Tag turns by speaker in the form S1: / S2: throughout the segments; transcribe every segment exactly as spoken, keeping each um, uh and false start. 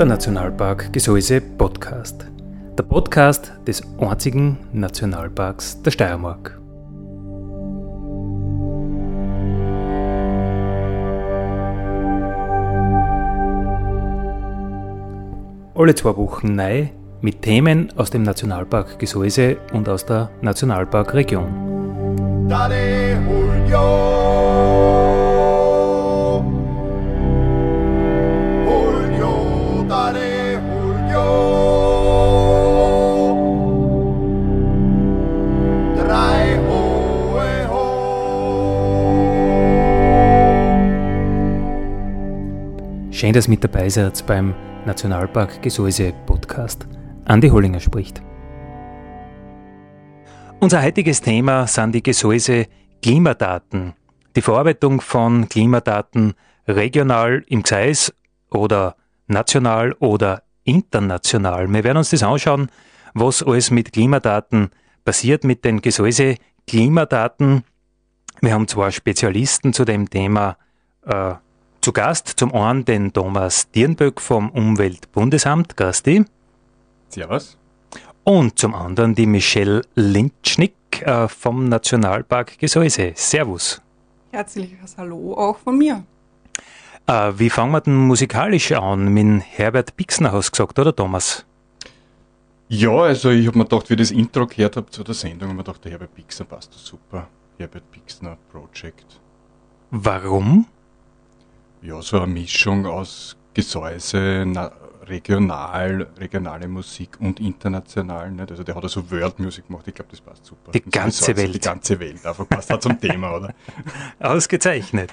S1: der Nationalpark Gesäuse Podcast. Der Podcast des einzigen Nationalparks der Steiermark. Alle zwei Wochen neu mit Themen aus dem Nationalpark Gesäuse und aus der Nationalparkregion.
S2: Dale Julio, Julio, dale Julio, drei hohe ho.
S1: Schön, dass ihr mit dabei seid beim Nationalpark Gesäuse Podcast. Andi Hollinger spricht. Unser heutiges Thema sind die Gesäuse Klimadaten. Die Verarbeitung von Klimadaten regional im Gseis oder national oder international. Wir werden uns das anschauen, was alles mit Klimadaten passiert, mit den Gesäuse Klimadaten. Wir haben zwei Spezialisten zu dem Thema äh, zu Gast. Zum einen den Thomas Dierenböck vom Umweltbundesamt. Grüß
S3: Servus.
S1: Und zum anderen die Michelle Lindschnick äh, vom Nationalpark Gesäuse. Servus.
S4: Herzliches Hallo auch von mir.
S1: Äh, wie fangen wir denn musikalisch an? Mit Herbert Pixner hast du gesagt, oder Thomas?
S3: Ja, also ich habe mir gedacht, wie ich das Intro gehört habe zu der Sendung, habe ich mir gedacht, der Herbert Pixner passt da super. Herbert Pixner Project.
S1: Warum?
S3: Ja, so eine Mischung aus Gesäuse, na, regional, regionale Musik und international. Nicht? Also der hat also World Music gemacht, ich glaube, das passt super.
S1: Die ganze
S3: Gesäuse,
S1: Welt.
S3: Die ganze Welt, einfach passt auch zum Thema, oder?
S1: Ausgezeichnet.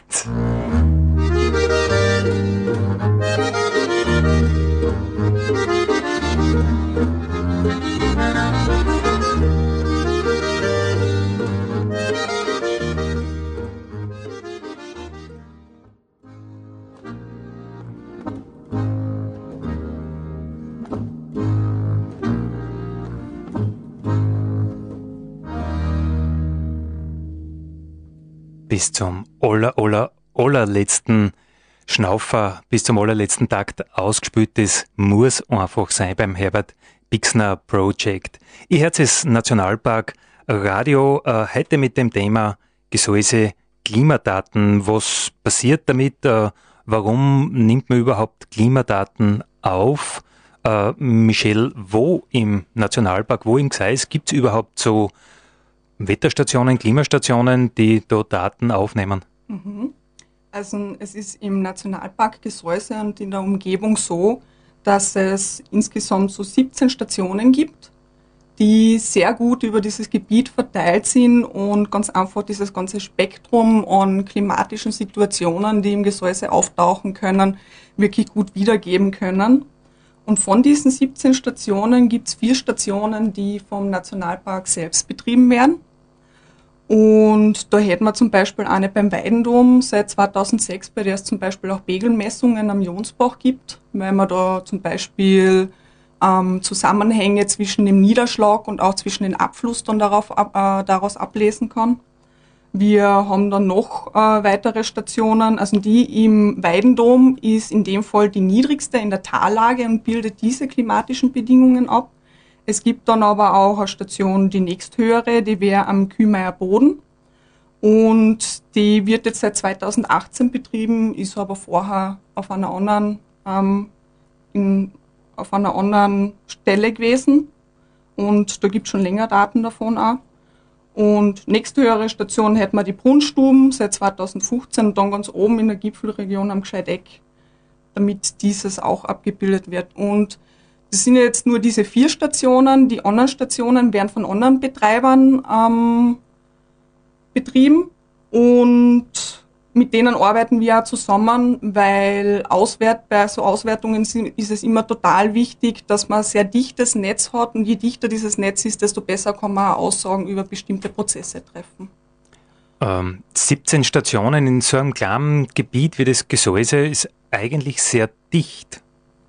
S1: Bis zum aller, aller, allerletzten Schnaufer, bis zum allerletzten Takt ausgespielt. Das muss einfach sein beim Herbert Pixner Project. Ich höre das Nationalpark Radio äh, heute mit dem Thema Gesäuse Klimadaten. Was passiert damit? Äh, warum nimmt man überhaupt Klimadaten auf? Äh, Michelle, wo im Nationalpark, wo im Gseis gibt es überhaupt so Wetterstationen, Klimastationen, die dort Daten aufnehmen?
S4: Mhm. Also es ist im Nationalpark Gesäuse und in der Umgebung so, dass es insgesamt so siebzehn Stationen gibt, die sehr gut über dieses Gebiet verteilt sind und ganz einfach dieses ganze Spektrum an klimatischen Situationen, die im Gesäuse auftauchen können, wirklich gut wiedergeben können. Und von diesen siebzehn Stationen gibt es vier Stationen, die vom Nationalpark selbst betrieben werden. Und da hätten wir zum Beispiel eine beim Weidendom seit zweitausendsechs, bei der es zum Beispiel auch Pegelmessungen am Jonsbach gibt, weil man da zum Beispiel ähm, Zusammenhänge zwischen dem Niederschlag und auch zwischen den Abfluss dann darauf, ab, äh, daraus ablesen kann. Wir haben dann noch äh, weitere Stationen, also die im Weidendom ist in dem Fall die niedrigste in der Tallage und bildet diese klimatischen Bedingungen ab. Es gibt dann aber auch eine Station, die nächsthöhere, die wäre am Kühmeier Boden. Und die wird jetzt seit zweitausendachtzehn betrieben, ist aber vorher auf einer anderen, ähm, in, auf einer anderen Stelle gewesen. Und da gibt es schon länger Daten davon auch. Und nächsthöhere Station hätten wir die Brunnstuben seit zweitausendfünfzehn und dann ganz oben in der Gipfelregion am Gscheideck, damit dieses auch abgebildet wird. Und das sind jetzt nur diese vier Stationen. Die anderen Stationen werden von anderen Betreibern ähm, betrieben und mit denen arbeiten wir auch zusammen, weil Auswert, bei so Auswertungen ist es immer total wichtig, dass man ein sehr dichtes Netz hat und je dichter dieses Netz ist, desto besser kann man auch Aussagen über bestimmte Prozesse treffen.
S1: Ähm, siebzehn Stationen in so einem kleinen Gebiet wie das Gesäuse ist eigentlich sehr dicht.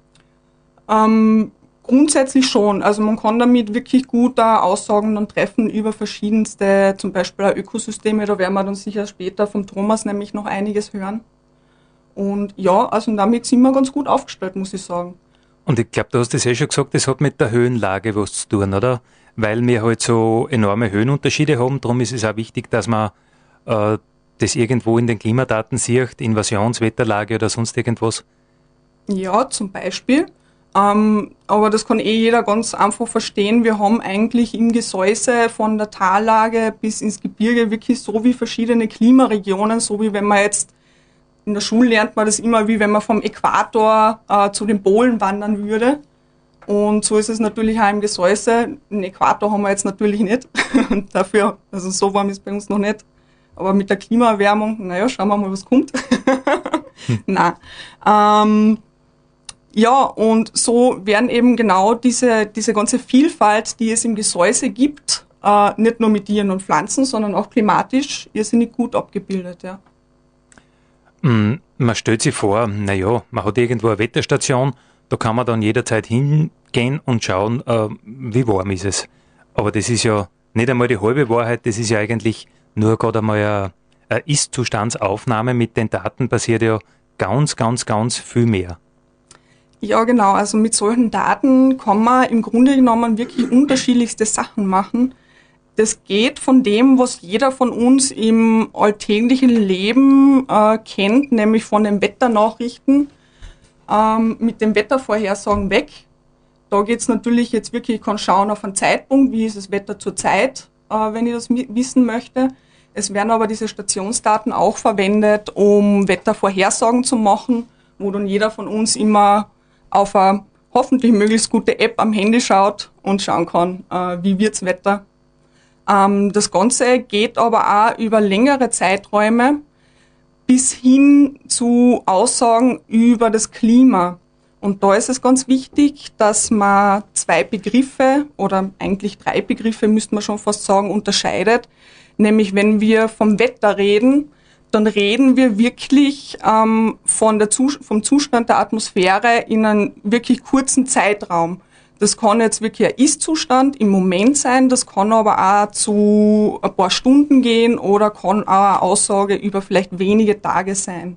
S4: Ähm, grundsätzlich schon. Also man kann damit wirklich gut da Aussagen dann treffen über verschiedenste, zum Beispiel auch Ökosysteme. Da werden wir dann sicher später vom Thomas nämlich noch einiges hören. Und ja, also damit sind wir ganz gut aufgestellt, muss ich sagen.
S1: Und ich glaube, du hast es eh schon gesagt, das hat mit der Höhenlage was zu tun, oder? Weil wir halt so enorme Höhenunterschiede haben, darum ist es auch wichtig, dass man äh, das irgendwo in den Klimadaten sieht, Invasionswetterlage oder sonst irgendwas.
S4: Ja, zum Beispiel. Ähm, aber das kann eh jeder ganz einfach verstehen. Wir haben eigentlich im Gesäuse von der Tallage bis ins Gebirge wirklich so wie verschiedene Klimaregionen, so wie wenn man jetzt in der Schule lernt man das immer, wie wenn man vom Äquator äh, zu den Polen wandern würde. Und so ist es natürlich auch im Gesäuse. Den Äquator haben wir jetzt natürlich nicht. Und dafür, also so warm ist bei uns noch nicht. Aber mit der Klimaerwärmung, naja, schauen wir mal, was kommt. hm. Nein. Ähm, ja, und so werden eben genau diese, diese ganze Vielfalt, die es im Gesäuse gibt, äh, nicht nur mit Tieren und Pflanzen, sondern auch klimatisch irrsinnig gut abgebildet, ja.
S1: Mm, man stellt sich vor, naja, man hat irgendwo eine Wetterstation, da kann man dann jederzeit hingehen und schauen, äh, wie warm ist es. Aber das ist ja nicht einmal die halbe Wahrheit, das ist ja eigentlich nur gerade einmal eine, eine Ist-Zustandsaufnahme. Mit den Daten passiert ja ganz, ganz, ganz viel mehr.
S4: Ja, genau. Also mit solchen Daten kann man im Grunde genommen wirklich unterschiedlichste Sachen machen. Das geht von dem, was jeder von uns im alltäglichen Leben äh, kennt, nämlich von den Wetternachrichten, ähm, mit den Wettervorhersagen weg. Da geht's natürlich jetzt wirklich, ich kann schauen auf einen Zeitpunkt, wie ist das Wetter zur Zeit, äh, wenn ich das wissen möchte. Es werden aber diese Stationsdaten auch verwendet, um Wettervorhersagen zu machen, wo dann jeder von uns immer auf eine hoffentlich möglichst gute App am Handy schaut und schauen kann, äh, wie wird's Wetter. Ähm, das Ganze geht aber auch über längere Zeiträume bis hin zu Aussagen über das Klima. Und da ist es ganz wichtig, dass man zwei Begriffe oder eigentlich drei Begriffe, müsste man schon fast sagen, unterscheidet. Nämlich wenn wir vom Wetter reden, dann reden wir wirklich ähm, von der Zus- vom Zustand der Atmosphäre in einem wirklich kurzen Zeitraum. Das kann jetzt wirklich ein Ist-Zustand im Moment sein, das kann aber auch zu ein paar Stunden gehen oder kann auch eine Aussage über vielleicht wenige Tage sein.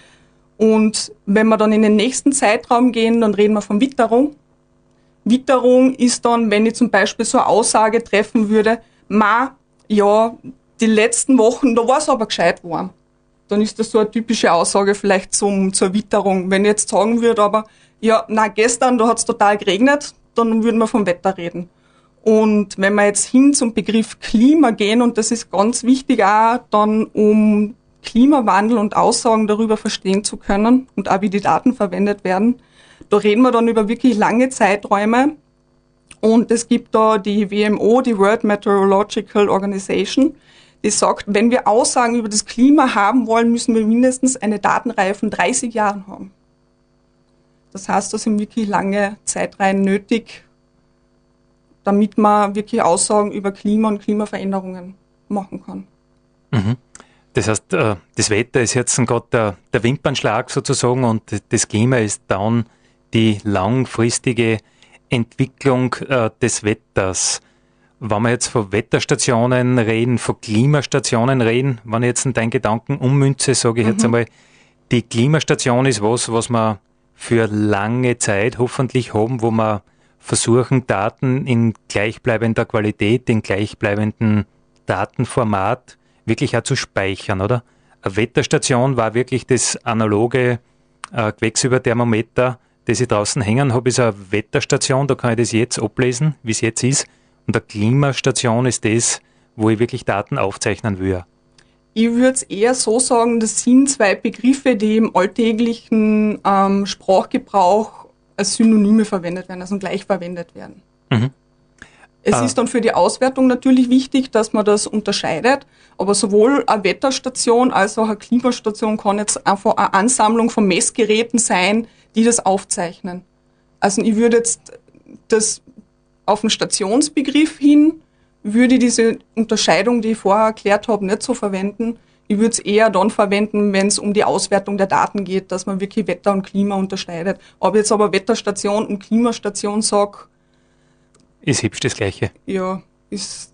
S4: Und wenn wir dann in den nächsten Zeitraum gehen, dann reden wir von Witterung. Witterung ist dann, wenn ich zum Beispiel so eine Aussage treffen würde, ma, ja, die letzten Wochen, da war es aber gescheit warm. Dann ist das so eine typische Aussage vielleicht zum, zur Witterung. Wenn ich jetzt sagen würde, aber ja, na gestern, da hat es total geregnet, dann würden wir vom Wetter reden. Und wenn wir jetzt hin zum Begriff Klima gehen, und das ist ganz wichtig auch dann, um Klimawandel und Aussagen darüber verstehen zu können und auch wie die Daten verwendet werden, da reden wir dann über wirklich lange Zeiträume. Und es gibt da die W M O, die World Meteorological Organization, die sagt, wenn wir Aussagen über das Klima haben wollen, müssen wir mindestens eine Datenreihe von dreißig Jahren haben. Das heißt, da sind wirklich lange Zeitreihen nötig, damit man wirklich Aussagen über Klima und Klimaveränderungen machen kann.
S1: Mhm. Das heißt, das Wetter ist jetzt gerade der, der Wimpernschlag sozusagen und das Klima ist dann die langfristige Entwicklung des Wetters. Wenn wir jetzt von Wetterstationen reden, von Klimastationen reden, wenn ich jetzt in deinen Gedanken ummünze, sage ich mhm. jetzt einmal, die Klimastation ist was, was wir für lange Zeit hoffentlich haben, wo wir versuchen, Daten in gleichbleibender Qualität, in gleichbleibendem Datenformat wirklich auch zu speichern, oder? Eine Wetterstation war wirklich das analoge äh, Quecksilberthermometer, das ich draußen hängen habe, ist eine Wetterstation, da kann ich das jetzt ablesen, wie es jetzt ist. Und eine Klimastation ist das, wo ich wirklich Daten aufzeichnen will.
S4: Ich würde es eher so sagen, das sind zwei Begriffe, die im alltäglichen ähm, Sprachgebrauch als Synonyme verwendet werden, also gleich verwendet werden. Mhm. Es ah. ist dann für die Auswertung natürlich wichtig, dass man das unterscheidet, aber sowohl eine Wetterstation als auch eine Klimastation kann jetzt einfach eine Ansammlung von Messgeräten sein, die das aufzeichnen. Also ich würde jetzt das auf den Stationsbegriff hin, würde diese Unterscheidung, die ich vorher erklärt habe, nicht so verwenden. Ich würde es eher dann verwenden, wenn es um die Auswertung der Daten geht, dass man wirklich Wetter und Klima unterscheidet. Ob ich jetzt aber Wetterstation und Klimastation sage,
S1: ist hübsch das Gleiche.
S4: Ja, ist...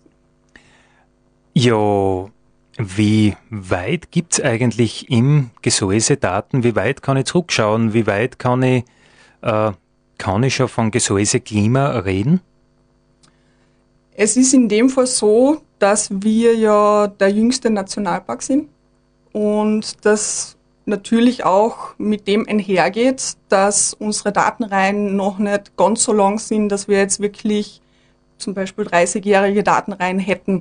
S1: Ja, wie weit gibt es eigentlich im Gesäuse Daten? Wie weit kann ich zurückschauen? Wie weit kann ich äh, kann ich schon von Gesäuse Klima reden?
S4: Es ist in dem Fall so, dass wir ja der jüngste Nationalpark sind und das natürlich auch mit dem einhergeht, dass unsere Datenreihen noch nicht ganz so lang sind, dass wir jetzt wirklich zum Beispiel dreißigjährige Datenreihen hätten.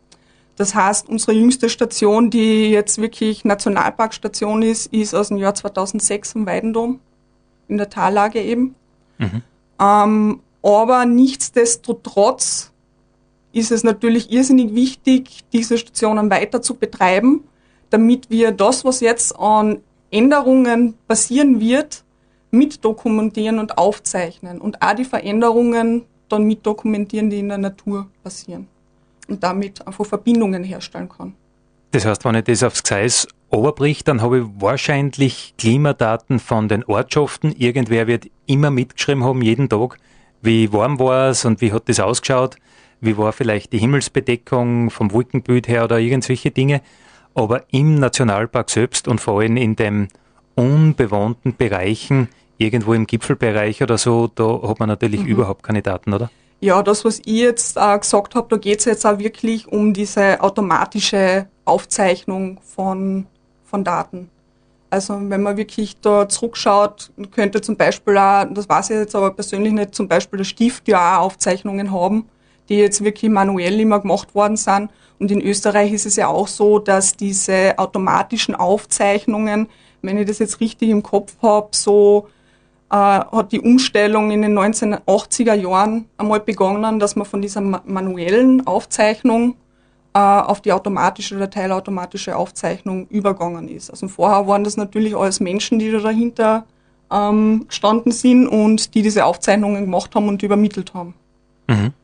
S4: Das heißt, unsere jüngste Station, die jetzt wirklich Nationalparkstation ist, ist aus dem Jahr zweitausendsechs im Weidendom, in der Tallage eben. Mhm. Ähm, aber nichtsdestotrotz ist es natürlich irrsinnig wichtig, diese Stationen weiter zu betreiben, damit wir das, was jetzt an Änderungen passieren wird, mit dokumentieren und aufzeichnen und auch die Veränderungen dann mit dokumentieren, die in der Natur passieren und damit einfach Verbindungen herstellen kann.
S1: Das heißt, wenn ich das aufs Gseis überbricht, dann habe ich wahrscheinlich Klimadaten von den Ortschaften. Irgendwer wird immer mitgeschrieben haben, jeden Tag, wie warm war es und wie hat das ausgeschaut, wie war vielleicht die Himmelsbedeckung vom Wolkenbild her oder irgendwelche Dinge. Aber im Nationalpark selbst und vor allem in den unbewohnten Bereichen, irgendwo im Gipfelbereich oder so, da hat man natürlich mhm. überhaupt keine Daten, oder?
S4: Ja, das, was ich jetzt äh, gesagt habe, da geht es jetzt auch wirklich um diese automatische Aufzeichnung von, von Daten. Also wenn man wirklich da zurückschaut, könnte zum Beispiel auch, das weiß ich jetzt aber persönlich nicht, zum Beispiel der Stift ja auch Aufzeichnungen haben, die jetzt wirklich manuell immer gemacht worden sind. Und in Österreich ist es ja auch so, dass diese automatischen Aufzeichnungen, wenn ich das jetzt richtig im Kopf habe, so äh, hat die Umstellung in den neunzehnhundertachtziger Jahren einmal begonnen, dass man von dieser ma- manuellen Aufzeichnung äh, auf die automatische oder teilautomatische Aufzeichnung übergegangen ist. Also vorher waren das natürlich alles Menschen, die da dahinter ähm, gestanden sind und die diese Aufzeichnungen gemacht haben und übermittelt haben.
S1: Mhm.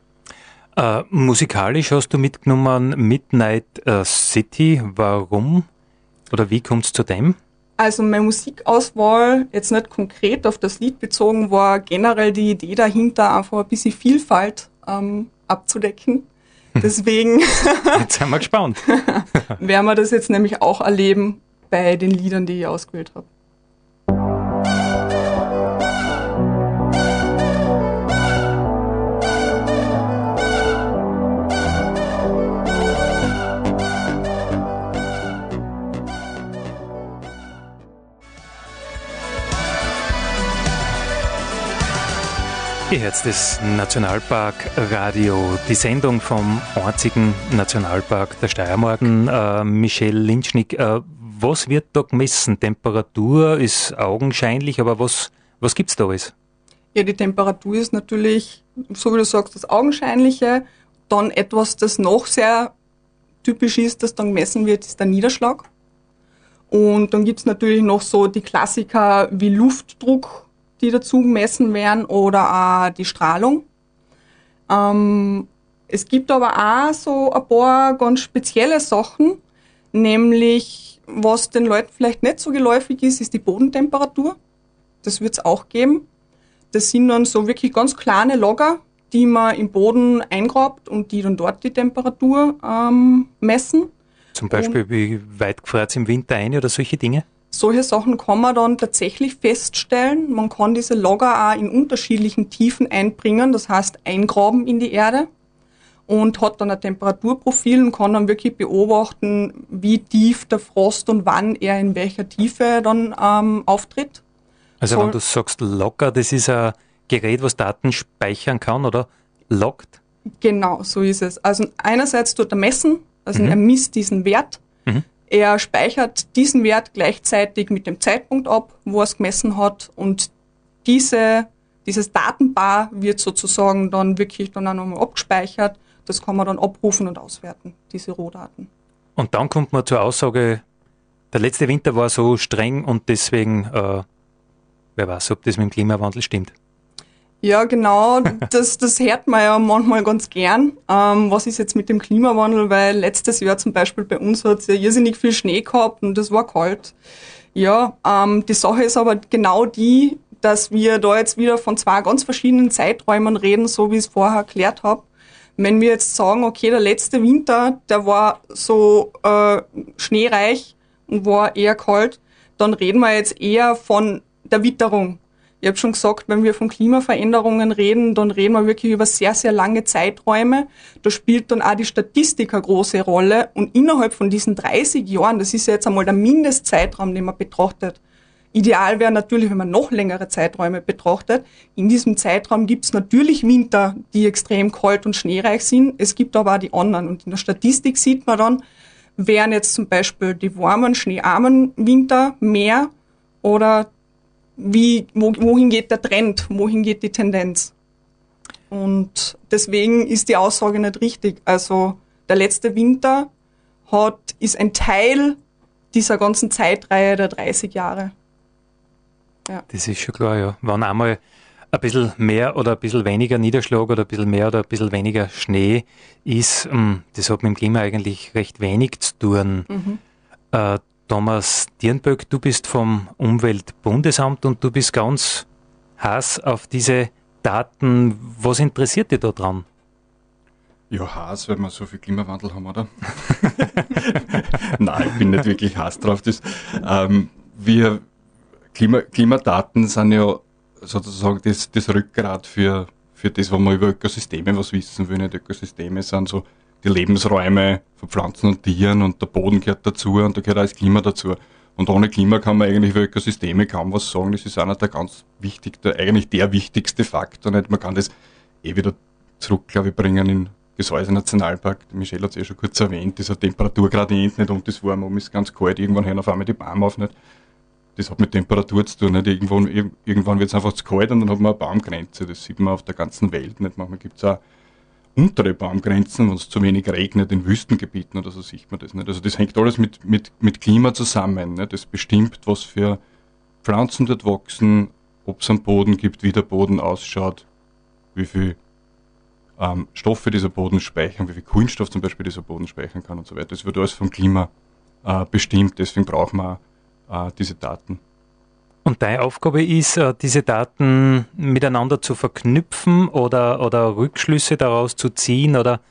S1: Äh, musikalisch hast du mitgenommen Midnight äh, City. Warum? Oder wie kommt es zu dem?
S4: Also meine Musikauswahl, jetzt nicht konkret auf das Lied bezogen, war generell die Idee dahinter, einfach ein bisschen Vielfalt ähm, abzudecken. Deswegen
S1: jetzt sind wir gespannt.
S4: werden wir das jetzt nämlich auch erleben bei den Liedern, die ich ausgewählt habe.
S1: Ihr hört das Nationalpark Radio, die Sendung vom einzigen Nationalpark der Steiermark. Äh, Michelle Linschnick, äh, was wird da gemessen? Temperatur ist augenscheinlich, aber was, was gibt es da alles?
S4: Ja, die Temperatur ist natürlich, so wie du sagst, das Augenscheinliche. Dann etwas, das noch sehr typisch ist, das dann gemessen wird, ist der Niederschlag. Und dann gibt es natürlich noch so die Klassiker wie Luftdruck, die dazu gemessen werden, oder auch die Strahlung. Ähm, es gibt aber auch so ein paar ganz spezielle Sachen, nämlich was den Leuten vielleicht nicht so geläufig ist, ist die Bodentemperatur. Das wird es auch geben. Das sind dann so wirklich ganz kleine Logger, die man im Boden eingrabt und die dann dort die Temperatur ähm, messen.
S1: Zum Beispiel, und wie weit gefriert es im Winter ein oder solche Dinge?
S4: Solche Sachen kann man dann tatsächlich feststellen. Man kann diese Logger auch in unterschiedlichen Tiefen einbringen, das heißt eingraben in die Erde und hat dann ein Temperaturprofil und kann dann wirklich beobachten, wie tief der Frost und wann er in welcher Tiefe dann ähm, auftritt.
S1: Also
S4: Soll,
S1: wenn du sagst Logger, das ist ein Gerät, was Daten speichern kann, oder? Loggt?
S4: Genau, so ist es. Also einerseits tut er messen, also
S1: Mhm.
S4: er misst diesen Wert.
S1: Mhm.
S4: Er speichert diesen Wert gleichzeitig mit dem Zeitpunkt ab, wo er es gemessen hat, und diese, dieses Datenbar wird sozusagen dann wirklich dann auch nochmal abgespeichert. Das kann man dann abrufen und auswerten, diese Rohdaten.
S1: Und dann kommt man zur Aussage, der letzte Winter war so streng und deswegen, äh, wer weiß, ob das mit dem Klimawandel stimmt.
S4: Ja, genau, das, das hört man ja manchmal ganz gern. Ähm, was ist jetzt mit dem Klimawandel? Weil letztes Jahr zum Beispiel bei uns hat es ja irrsinnig viel Schnee gehabt und es war kalt. Ja, ähm, die Sache ist aber genau die, dass wir da jetzt wieder von zwei ganz verschiedenen Zeiträumen reden, so wie ich es vorher erklärt habe. Wenn wir jetzt sagen, okay, der letzte Winter, der war so äh, schneereich und war eher kalt, dann reden wir jetzt eher von der Witterung. Ich habe schon gesagt, wenn wir von Klimaveränderungen reden, dann reden wir wirklich über sehr, sehr lange Zeiträume. Da spielt dann auch die Statistik eine große Rolle. Und innerhalb von diesen dreißig Jahren, das ist ja jetzt einmal der Mindestzeitraum, den man betrachtet. Ideal wäre natürlich, wenn man noch längere Zeiträume betrachtet. In diesem Zeitraum gibt es natürlich Winter, die extrem kalt und schneereich sind. Es gibt aber auch die anderen. Und in der Statistik sieht man dann, wären jetzt zum Beispiel die warmen, schneearmen Winter mehr oder wie, wo, wohin geht der Trend, wohin geht die Tendenz. Und deswegen ist die Aussage nicht richtig. Also der letzte Winter hat, ist ein Teil dieser ganzen Zeitreihe der dreißig Jahre. Ja.
S1: Das ist schon klar, ja. Wenn einmal ein bisschen mehr oder ein bisschen weniger Niederschlag oder ein bisschen mehr oder ein bisschen weniger Schnee ist, das hat mit dem Klima eigentlich recht wenig zu tun. Mhm. Äh, Thomas Dierenböck, du bist vom Umweltbundesamt und du bist ganz heiß auf diese Daten. Was interessiert dich da dran?
S3: Ja, heiß, weil wir so viel Klimawandel haben, oder? Nein, ich bin nicht wirklich heiß drauf. Das, ähm, wir Klima, Klimadaten sind ja sozusagen das, das Rückgrat für, für das, was man über Ökosysteme was wissen will. Nicht? Ökosysteme sind so die Lebensräume von Pflanzen und Tieren und der Boden gehört dazu und da gehört auch das Klima dazu. Und ohne Klima kann man eigentlich über Ökosysteme kaum was sagen. Das ist einer der ganz wichtigsten, eigentlich der wichtigste Faktor. Nicht? Man kann das eh wieder zurück, glaube ich, bringen in Gesäuse Nationalpark. Michelle hat es eh schon kurz erwähnt, dieser Temperaturgradient nicht und das warm oben ist ganz kalt, irgendwann hören auf einmal die Bäume auf. Nicht? Das hat mit Temperatur zu tun. Nicht? Irgendwann, irgendwann wird es einfach zu kalt und dann hat man eine Baumgrenze. Das sieht man auf der ganzen Welt. Nicht? Manchmal gibt es auch untere Baumgrenzen, wenn es zu wenig regnet in Wüstengebieten oder so, sieht man das nicht. Also das hängt alles mit, mit, mit Klima zusammen. Nicht? Das bestimmt, was für Pflanzen dort wachsen, ob es einen Boden gibt, wie der Boden ausschaut, wie viel ähm, Stoffe dieser Boden speichern, wie viel Kohlenstoff zum Beispiel dieser Boden speichern kann und so weiter. Das wird alles vom Klima äh, bestimmt, deswegen brauchen wir äh, diese Daten.
S1: Und deine Aufgabe ist, diese Daten miteinander zu verknüpfen oder, oder Rückschlüsse daraus zu ziehen oder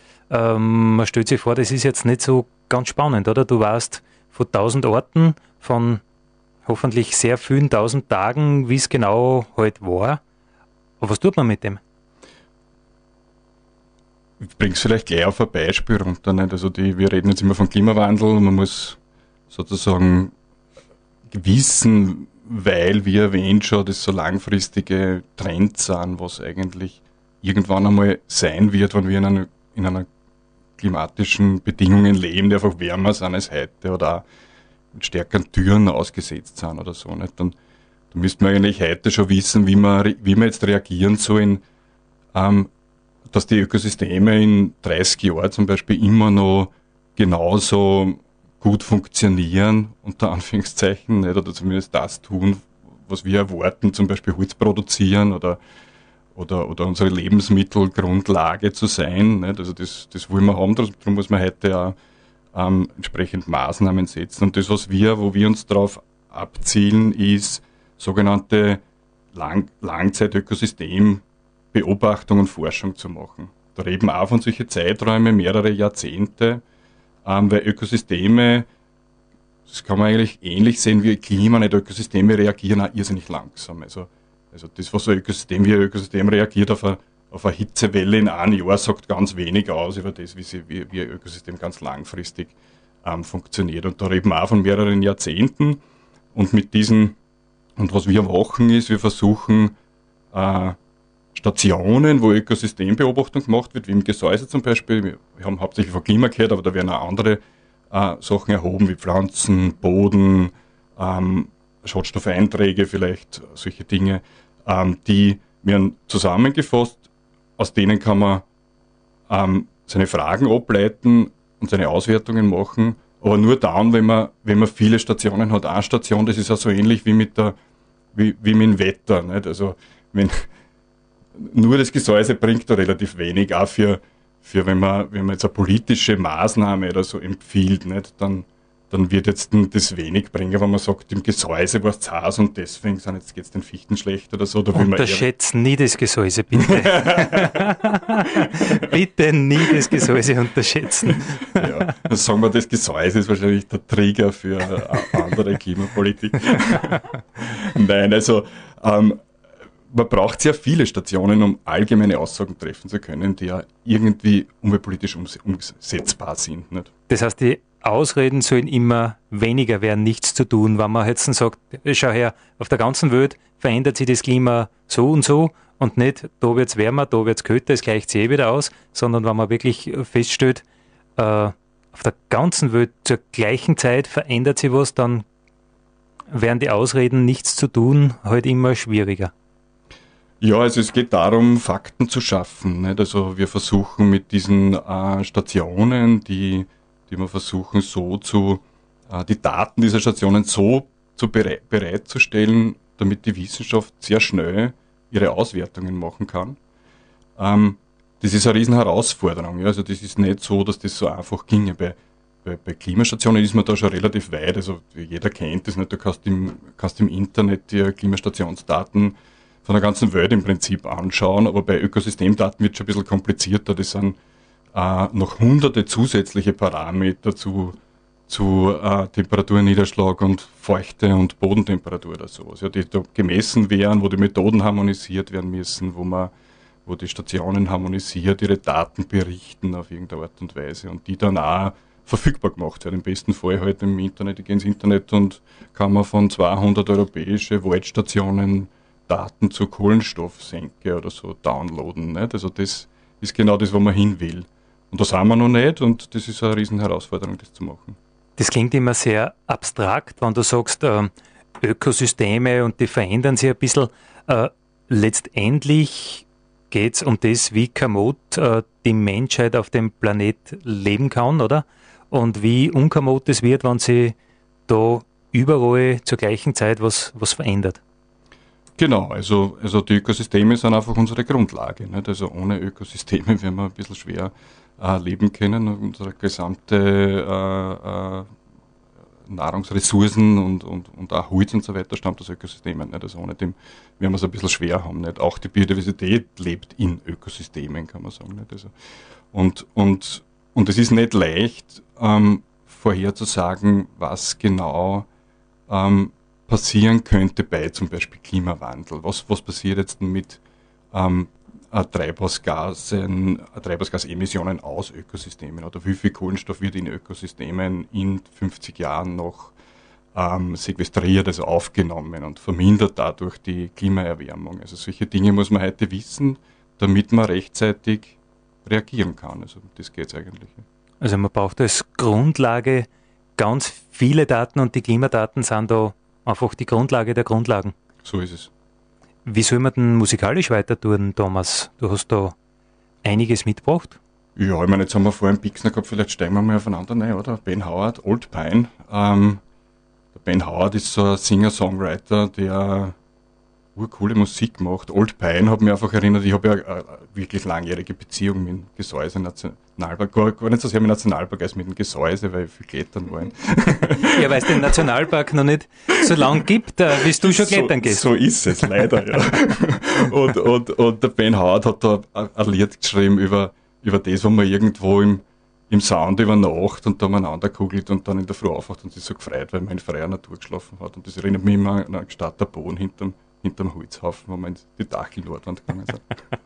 S1: ähm, man stellt sich vor, das ist jetzt nicht so ganz spannend, oder? Du weißt von tausend Orten, von hoffentlich sehr vielen tausend Tagen, wie es genau halt war. Aber was tut man mit dem?
S3: Ich bringe es vielleicht gleich auf ein Beispiel runter. Nicht? Also die, wir reden jetzt immer von Klimawandel, man muss sozusagen wissen, weil, wie erwähnt schon, das so langfristige Trends sind, was eigentlich irgendwann einmal sein wird, wenn wir in einer, in einer klimatischen Bedingungen leben, die einfach wärmer sind als heute oder auch mit stärkeren Türen ausgesetzt sind oder so. Nicht? Dann, dann müssten wir eigentlich heute schon wissen, wie wir, wie wir jetzt reagieren sollen, ähm, dass die Ökosysteme in dreißig Jahren zum Beispiel immer noch genauso gut funktionieren, unter Anführungszeichen, nicht? Oder zumindest das tun, was wir erwarten, zum Beispiel Holz produzieren oder, oder, oder unsere Lebensmittelgrundlage zu sein. Nicht? Also das, das wollen wir haben, darum muss man heute auch ähm, entsprechend Maßnahmen setzen. Und das, was wir, wo wir uns darauf abzielen, ist sogenannte Lang Langzeit-Ökosystembeobachtung und Forschung zu machen. Da reden wir auch von solchen Zeiträumen, mehrere Jahrzehnte, Ähm, weil Ökosysteme, das kann man eigentlich ähnlich sehen wie Klima, nicht Ökosysteme reagieren auch irrsinnig langsam. Also, also das, was ein Ökosystem wie ein Ökosystem reagiert auf eine, auf eine Hitzewelle in einem Jahr, sagt ganz wenig aus über das, wie, sie, wie, wie ein Ökosystem ganz langfristig ähm, funktioniert. Und da reden wir auch von mehreren Jahrzehnten. Und mit diesen, und was wir machen ist, wir versuchen äh, Stationen, wo Ökosystembeobachtung gemacht wird, wie im Gesäuse zum Beispiel. Wir haben hauptsächlich von Klima gehört, aber da werden auch andere äh, Sachen erhoben, wie Pflanzen, Boden, ähm, Schadstoffeinträge vielleicht, solche Dinge. Ähm, die werden zusammengefasst, aus denen kann man ähm, seine Fragen ableiten und seine Auswertungen machen, aber nur dann, wenn man, wenn man viele Stationen hat. Eine Station, das ist auch so ähnlich wie mit der, wie, wie mit dem Wetter, nicht? Also, wenn, nur das Gesäuse bringt da relativ wenig, auch für, für wenn man, wenn man jetzt eine politische Maßnahme oder so empfiehlt, nicht, dann, dann wird jetzt das wenig bringen, wenn man sagt, im Gesäuse war es heiß und deswegen sind jetzt geht's den Fichten schlecht oder so. Da
S1: Unterschätzen nie das Gesäuse, bitte. Bitte nie das Gesäuse unterschätzen.
S3: Ja, dann sagen wir, das Gesäuse ist wahrscheinlich der Trigger für eine andere Klimapolitik. Nein, also ähm, man braucht sehr viele Stationen, um allgemeine Aussagen treffen zu können, die ja irgendwie umweltpolitisch ums- umsetzbar sind. Nicht?
S1: Das heißt, die Ausreden sollen immer weniger werden, nichts zu tun. Wenn man jetzt sagt, schau her, auf der ganzen Welt verändert sich das Klima so und so und nicht, da wird es wärmer, da wird es kälter, es gleicht sich eh wieder aus, sondern wenn man wirklich feststellt, äh, auf der ganzen Welt zur gleichen Zeit verändert sich was, dann werden die Ausreden, nichts zu tun, halt immer schwieriger.
S3: Ja, also es geht darum, Fakten zu schaffen. Nicht? Also wir versuchen mit diesen äh, Stationen, die, die wir versuchen so zu, äh, die Daten dieser Stationen so zu berei- bereitzustellen, damit die Wissenschaft sehr schnell ihre Auswertungen machen kann. Ähm, das ist eine riesen Herausforderung. Ja? Also das ist nicht so, dass das so einfach ginge. Bei, bei, bei Klimastationen ist man da schon relativ weit. Also jeder kennt das nicht. Du kannst im, kannst im Internet die Klimastationsdaten von der ganzen Welt im Prinzip anschauen, aber bei Ökosystemdaten wird es schon ein bisschen komplizierter. Das sind äh, noch hunderte zusätzliche Parameter zu, zu äh, Temperatur, Niederschlag und Feuchte und Bodentemperatur oder sowas, ja, die da gemessen werden, wo die Methoden harmonisiert werden müssen, wo man, wo die Stationen harmonisiert ihre Daten berichten auf irgendeine Art und Weise und die dann auch verfügbar gemacht werden. Im besten Fall halt im Internet, ich gehe ins Internet und kann man von zweihundert europäische Waldstationen Daten zur Kohlenstoffsenke oder so downloaden. Nicht? Also das ist genau das, wo man hin will. Und das haben wir noch nicht und das ist eine riesen Herausforderung, das zu machen.
S1: Das klingt immer sehr abstrakt, wenn du sagst, äh, Ökosysteme und die verändern sich ein bisschen. Äh, letztendlich geht es um das, wie kommod äh, die Menschheit auf dem Planet leben kann, oder? Und wie unkommod es wird, wenn sie da überall zur gleichen Zeit was, was verändert.
S3: Genau, also, also die Ökosysteme sind einfach unsere Grundlage. Nicht? Also ohne Ökosysteme werden wir ein bisschen schwer äh, leben können. Unsere gesamte äh, äh, Nahrungsressourcen und, und, und auch Holz und so weiter stammt aus Ökosystemen. Nicht? Also ohne dem werden wir es ein bisschen schwer haben. Nicht? Auch die Biodiversität lebt in Ökosystemen, kann man sagen. Nicht? Also, und, und, und es ist nicht leicht, ähm, vorherzusagen, was genau ähm, passieren könnte bei zum Beispiel Klimawandel. Was, was passiert jetzt mit ähm, Treibhausgasen, Treibhausgasemissionen aus Ökosystemen oder wie viel Kohlenstoff wird in Ökosystemen in fünfzig Jahren noch ähm, sequestriert, also aufgenommen und vermindert dadurch die Klimaerwärmung. Also solche Dinge muss man heute wissen, damit man rechtzeitig reagieren kann. Also das geht es eigentlich.
S1: Also man braucht als Grundlage ganz viele Daten und die Klimadaten sind da einfach die Grundlage der Grundlagen.
S3: So ist es.
S1: Wie soll man denn musikalisch weiter tun, Thomas? Du hast da einiges mitgebracht.
S3: Ja, ich meine, jetzt haben wir vorhin Pixner gehabt, vielleicht steigen wir mal aufeinander rein, oder? Ben Howard, Old Pine. Ähm, der Ben Howard ist so ein Singer-Songwriter, der urcoole Musik macht. Old Pine hat mich einfach erinnert, ich habe ja eine wirklich langjährige Beziehung mit dem Gesäuse Nationalpark, gar, gar nicht so sehr mit dem Nationalpark als mit dem Gesäuse, weil ich viel klettern wollen.
S1: Ja, weil es den Nationalpark noch nicht so lange gibt, äh, wie du schon klettern
S3: so,
S1: gehst.
S3: So ist es, leider, ja. und, und, und der Ben Howard hat da ein Lied geschrieben über, über das, wo man irgendwo im, im Sound über Nacht und da umeinander kugelt und dann in der Früh aufwacht und sich so gefreut, weil man in freier Natur geschlafen hat. Und das erinnert mich immer an eine Stadt der Bohnen hinterm hinterm Holzhaufen, wo wir in die Dachelnordwand gegangen sind.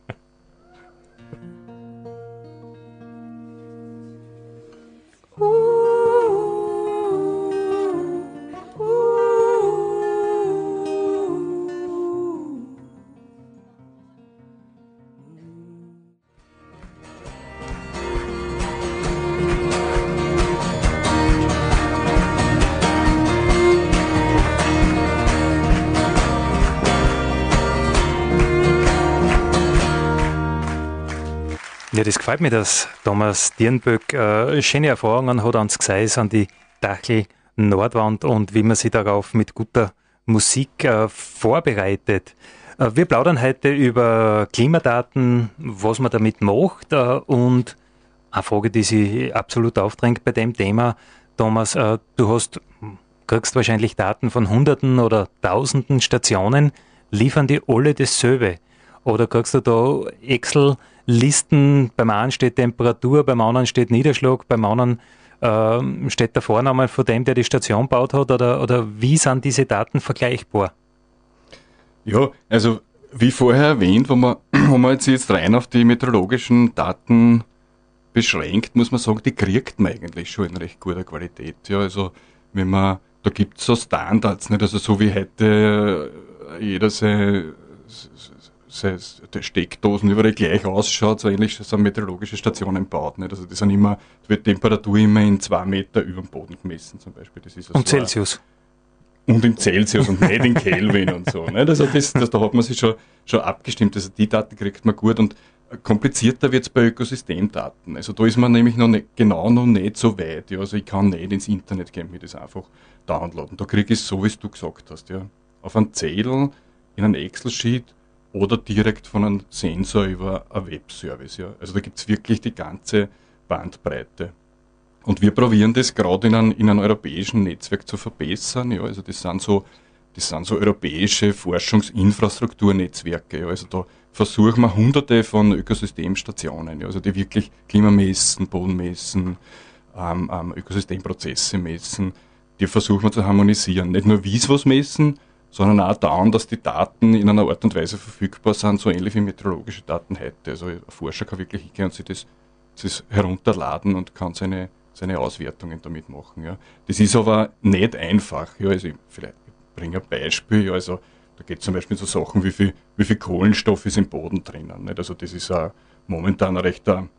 S1: Ja, das gefällt mir, dass Thomas Dierenböck äh, schöne Erfahrungen hat ans Gseis, an die Dachel Nordwand und wie man sich darauf mit guter Musik äh, vorbereitet. Äh, wir plaudern heute über Klimadaten, was man damit macht äh, und eine Frage, die sich absolut aufdrängt bei dem Thema. Thomas, äh, du hast, kriegst wahrscheinlich Daten von Hunderten oder Tausenden Stationen, liefern die alle dasselbe? Oder kriegst du da Excel-Listen, beim einen steht Temperatur, beim anderen steht Niederschlag, beim anderen äh, steht der Vorname von dem, der die Station gebaut hat, oder, oder wie sind diese Daten vergleichbar?
S3: Ja, also wie vorher erwähnt, wenn man, wenn man jetzt, jetzt rein auf die meteorologischen Daten beschränkt, muss man sagen, die kriegt man eigentlich schon in recht guter Qualität. Ja, also wenn man, da gibt es so Standards, nicht? Also so wie heute jeder seine, seine Steckdosen überall gleich ausschaut, so ähnlich sind meteorologische Stationen gebaut. Nicht? Also die sind immer, da wird die Temperatur immer in zwei Meter über dem Boden gemessen zum Beispiel. Das ist also
S1: Und
S3: so
S1: Celsius.
S3: Und in Celsius und nicht in Kelvin und so. Nicht? Also das, das, da hat man sich schon, schon abgestimmt. Also die Daten kriegt man gut und komplizierter wird es bei Ökosystemdaten. Also da ist man nämlich noch nicht, genau noch nicht so weit. Ja. Also ich kann nicht ins Internet gehen, mir das einfach downloaden. Da kriege ich es so, wie du gesagt hast. Ja. Auf einen Zettel, in einem Excel-Sheet oder direkt von einem Sensor über einen Webservice. Ja. Also da gibt es wirklich die ganze Bandbreite. Und wir probieren das gerade in einem, in einem europäischen Netzwerk zu verbessern. Ja. Also das sind so, das sind so europäische Forschungsinfrastrukturnetzwerke. Ja. Also da versuchen wir hunderte von Ökosystemstationen, ja, also die wirklich Klima messen, Boden messen, ähm, ähm, Ökosystemprozesse messen, die versuchen wir zu harmonisieren. Nicht nur wie es was messen, sondern auch daran, dass die Daten in einer Art und Weise verfügbar sind, so ähnlich wie meteorologische Daten heute. Also ein Forscher kann wirklich hingehen und sich das, das herunterladen und kann seine, seine Auswertungen damit machen. Ja. Das ist aber nicht einfach. Ja. Also ich, vielleicht ich bringe ein Beispiel. Ja. Also da geht es zum Beispiel so Sachen, wie viel, wie viel Kohlenstoff ist im Boden drinnen. Nicht? Also das ist uh, momentan ein recht uh,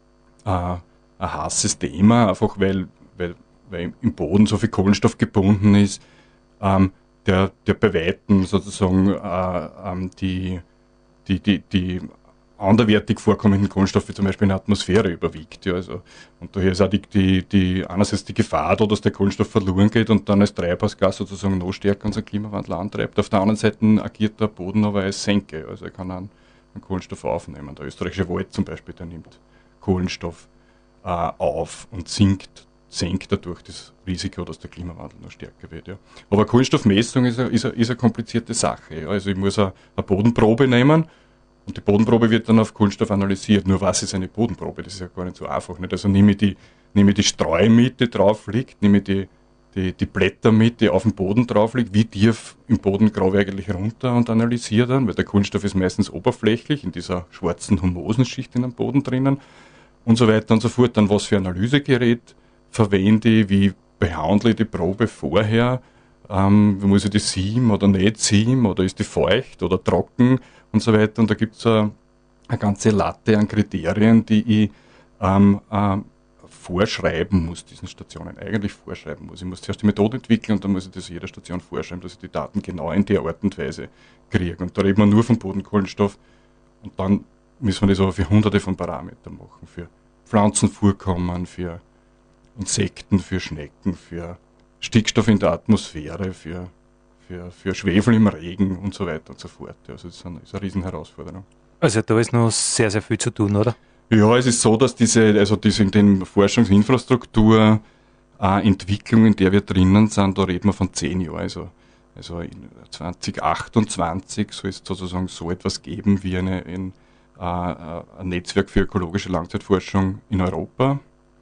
S3: uh, ein heißes Thema, einfach weil, weil, weil im Boden so viel Kohlenstoff gebunden ist, um, der, der bei Weitem sozusagen uh, um, die, die, die, die anderwertig vorkommenden Kohlenstoffe zum Beispiel in der Atmosphäre überwiegt. Ja, also, und daher ist auch die, die, die, einerseits die Gefahr da, dass der Kohlenstoff verloren geht und dann als Treibhausgas sozusagen noch stärker unseren Klimawandel antreibt. Auf der anderen Seite agiert der Boden aber als Senke, also er kann einen, einen Kohlenstoff aufnehmen. Der österreichische Wald zum Beispiel, der nimmt Kohlenstoff äh, auf und sinkt, senkt dadurch das Risiko, dass der Klimawandel noch stärker wird. Ja. Aber Kohlenstoffmessung ist eine, ist eine, ist eine komplizierte Sache. Ja. Also ich muss eine, eine Bodenprobe nehmen, und die Bodenprobe wird dann auf Kohlenstoff analysiert. Nur was ist eine Bodenprobe? Das ist ja gar nicht so einfach. Nicht? Also nehme ich die, nehme ich die Streu mit, die drauf liegt, nehme ich die, die, die Blätter mit, die auf dem Boden drauf liegt, wie tief im Boden grabe ich eigentlich runter und analysiere dann, weil der Kohlenstoff ist meistens oberflächlich in dieser schwarzen Humosenschicht in dem Boden drinnen und so weiter und so fort. Dann was für ein Analysegerät verwende ich, wie behandle ich die Probe vorher, ähm, muss ich die sieben oder nicht sieben oder ist die feucht oder trocken und so weiter. Und da gibt es eine, eine ganze Latte an Kriterien, die ich ähm, ähm, vorschreiben muss, diesen Stationen eigentlich vorschreiben muss. Ich muss zuerst die Methode entwickeln und dann muss ich das jeder Station vorschreiben, dass ich die Daten genau in der Art und Weise kriege. Und da reden wir nur vom Bodenkohlenstoff und dann müssen wir das aber für hunderte von Parametern machen, für Pflanzenvorkommen, für Insekten, für Schnecken, für Stickstoff in der Atmosphäre, für Für, für Schwefel im Regen und so weiter und so fort. Also das ist eine, ist eine Riesenherausforderung.
S1: Also da ist noch sehr, sehr viel zu tun, oder?
S3: Ja, es ist so, dass diese, also diese in den Forschungsinfrastruktur äh, Entwicklung, in der wir drinnen sind, da reden wir von zehn Jahren. Also, also in zwanzig achtundzwanzig soll es sozusagen so etwas geben wie eine, ein, äh, ein Netzwerk für ökologische Langzeitforschung in Europa,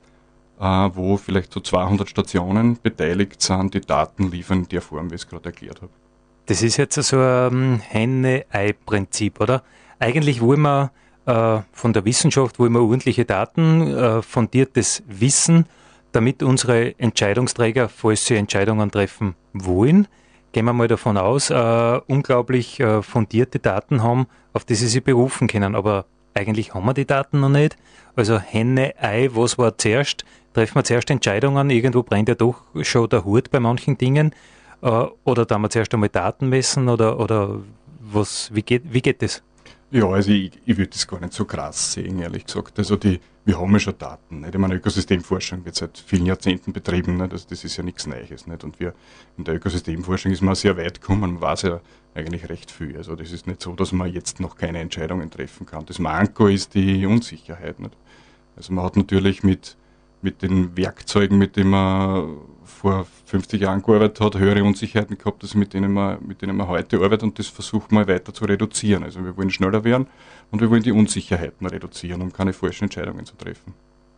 S3: Uh, wo vielleicht so zweihundert Stationen beteiligt sind, die Daten liefern in der Form, wie ich es gerade erklärt habe.
S1: Das ist jetzt so ein Henne-Ei-Prinzip, oder? Eigentlich wollen wir äh, von der Wissenschaft wollen wir ordentliche Daten, äh, fundiertes Wissen, damit unsere Entscheidungsträger, falls sie Entscheidungen treffen wollen, gehen wir mal davon aus, äh, unglaublich äh, fundierte Daten haben, auf die sie sich berufen können. Aber eigentlich haben wir die Daten noch nicht. Also Henne, Ei, was war zuerst? Treffen wir zuerst Entscheidungen, irgendwo brennt ja doch schon der Hut bei manchen Dingen. Äh, oder da wir zuerst einmal Daten messen oder, oder was, wie geht, wie geht das?
S3: Ja, also ich, ich würde das gar nicht so krass sehen, ehrlich gesagt. Also die, wir haben ja schon Daten. Nicht? Ich meine, Ökosystemforschung wird seit vielen Jahrzehnten betrieben. Nicht? Also das ist ja nichts Neues. Nicht? Und wir in der Ökosystemforschung ist man sehr weit gekommen. Man weiß ja eigentlich recht viel. Also das ist nicht so, dass man jetzt noch keine Entscheidungen treffen kann. Das Manko ist die Unsicherheit. Nicht? Also man hat natürlich mit mit den Werkzeugen, mit denen man vor fünfzig Jahren gearbeitet hat, höhere Unsicherheiten gehabt, als mit denen man, mit denen man heute arbeitet, und das versucht man weiter zu reduzieren. Also wir wollen schneller werden und wir wollen die Unsicherheiten reduzieren, um keine falschen Entscheidungen zu treffen.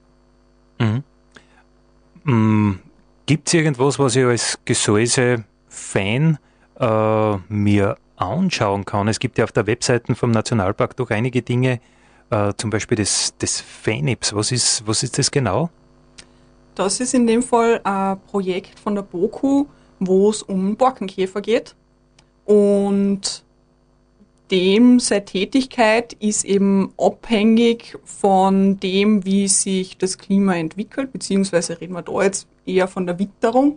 S1: Mhm. Mhm. Gibt es irgendwas, was ich als Gesäuse-Fan äh, mir anschauen kann. Es gibt ja auf der Webseite vom Nationalpark doch einige Dinge, äh, zum Beispiel das, das Phoenix. Was ist, was ist das genau?
S4: Das ist in dem Fall ein Projekt von der BOKU, wo es um Borkenkäfer geht. Und dem seine Tätigkeit ist eben abhängig von dem, wie sich das Klima entwickelt, beziehungsweise reden wir da jetzt eher von der Witterung.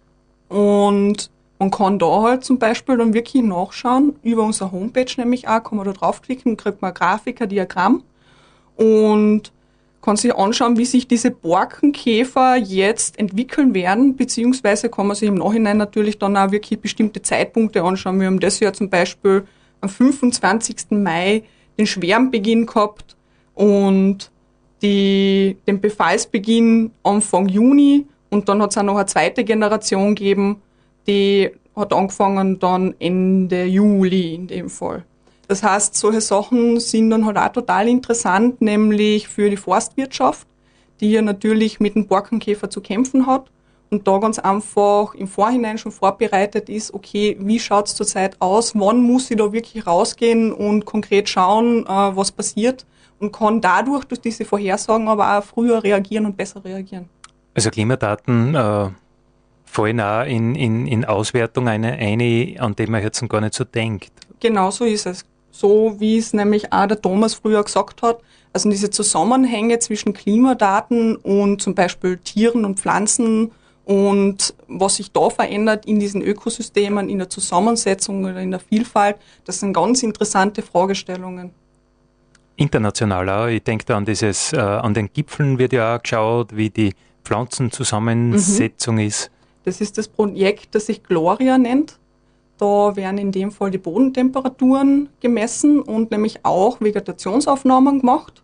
S4: Und man kann da halt zum Beispiel dann wirklich nachschauen, über unsere Homepage nämlich auch, kann man da draufklicken, kriegt man eine Grafik, ein Diagramm und kann sich anschauen, wie sich diese Borkenkäfer jetzt entwickeln werden, beziehungsweise kann man sich im Nachhinein natürlich dann auch wirklich bestimmte Zeitpunkte anschauen. Wir haben das Jahr zum Beispiel am fünfundzwanzigsten Mai den Schwärmbeginn gehabt und die, den Befallsbeginn Anfang Juni und dann hat es auch noch eine zweite Generation gegeben, die hat angefangen dann Ende Juli in dem Fall. Das heißt, solche Sachen sind dann halt auch total interessant, nämlich für die Forstwirtschaft, die ja natürlich mit dem Borkenkäfer zu kämpfen hat und da ganz einfach im Vorhinein schon vorbereitet ist, okay, wie schaut es zurzeit aus, wann muss ich da wirklich rausgehen und konkret schauen, äh, was passiert und kann dadurch durch diese Vorhersagen aber auch früher reagieren und besser reagieren.
S1: Also Klimadaten äh, fallen auch in, in, in Auswertung eine, eine, an die man jetzt gar nicht so denkt.
S4: Genau so ist es. So wie es nämlich auch der Thomas früher gesagt hat, also diese Zusammenhänge zwischen Klimadaten und zum Beispiel Tieren und Pflanzen und was sich da verändert in diesen Ökosystemen, in der Zusammensetzung oder in der Vielfalt, das sind ganz interessante Fragestellungen.
S1: International auch. Ich denke da an dieses, äh, an den Gipfeln wird ja auch geschaut, wie die Pflanzenzusammensetzung mhm. ist.
S4: Das ist das Projekt, das sich Gloria nennt. Da werden in dem Fall die Bodentemperaturen gemessen und nämlich auch Vegetationsaufnahmen gemacht.